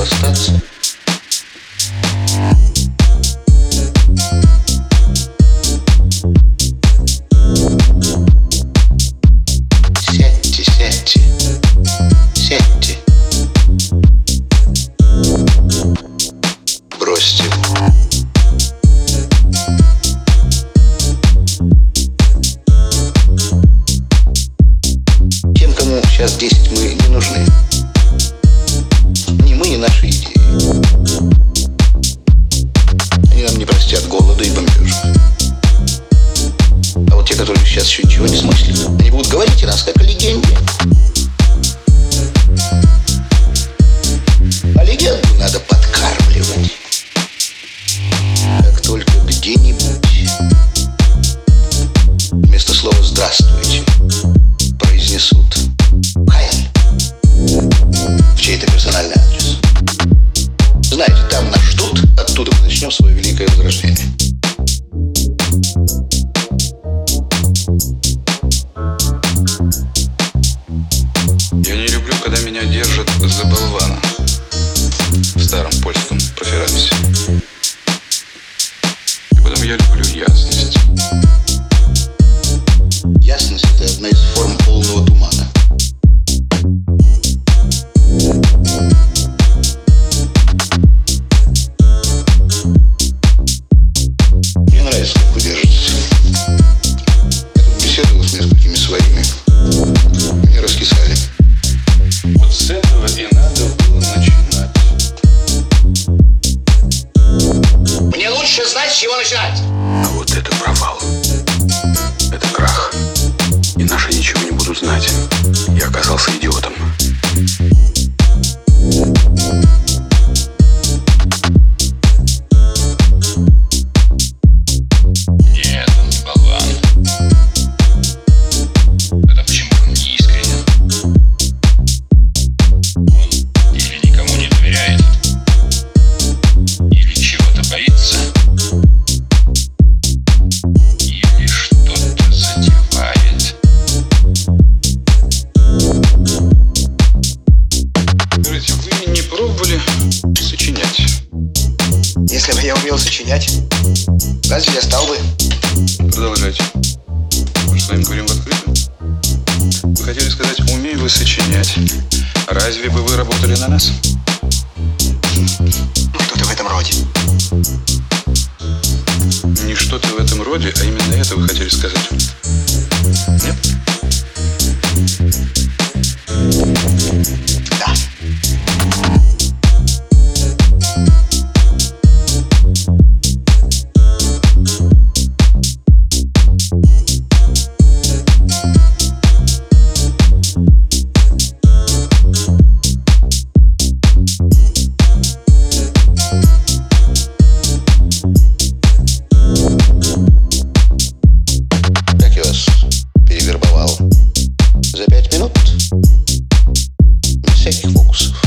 остаться. Сядьте, сядьте, сядьте. Бросьте. Тем, кому сейчас 10 мы не нужны. Ни мы, ни наши идеи. Они нам не простят голода и бомбежек. А вот те, которые сейчас еще ничего не смыслят, они будут говорить о нас как о легенде. А легенду надо подкармливать. Как только где-нибудь вместо слова «здравствуйте» произнесут «Хайль» в чей-то персональный адрес, знаете, там нас ждут, оттуда мы начнем свое великое возрождение. Я не люблю, когда меня держат за болвана в старом польском проферансе. И потом я люблю ясность. Ясность — это одна из форм полного тумана. Мне нравится, как вы держитесь. Я тут беседовал с несколькими своими. Они раскисали. Вот с этого и надо было начинать. Мне лучше знать, с чего начинать. А вот это провал. Это крах. И наши ничего не будут знать. Я оказался идиотом. Нет, он не болван. Это почему он не искренен? Он или никому не доверяет, или чего-то боится, или что-то затевает. Скажите, вы не пробовали сочинять? Если бы я умел сочинять, разве я стал бы? Продолжайте. Мы с вами говорим в открытую. Вы хотели сказать, умею вы сочинять. Разве бы вы работали на нас? Ну, что-то в этом роде. Не что-то в этом роде, а именно это вы хотели сказать. Нет? Да. Как я вас перевербовал? За 5 минут? Без всяких фокусов.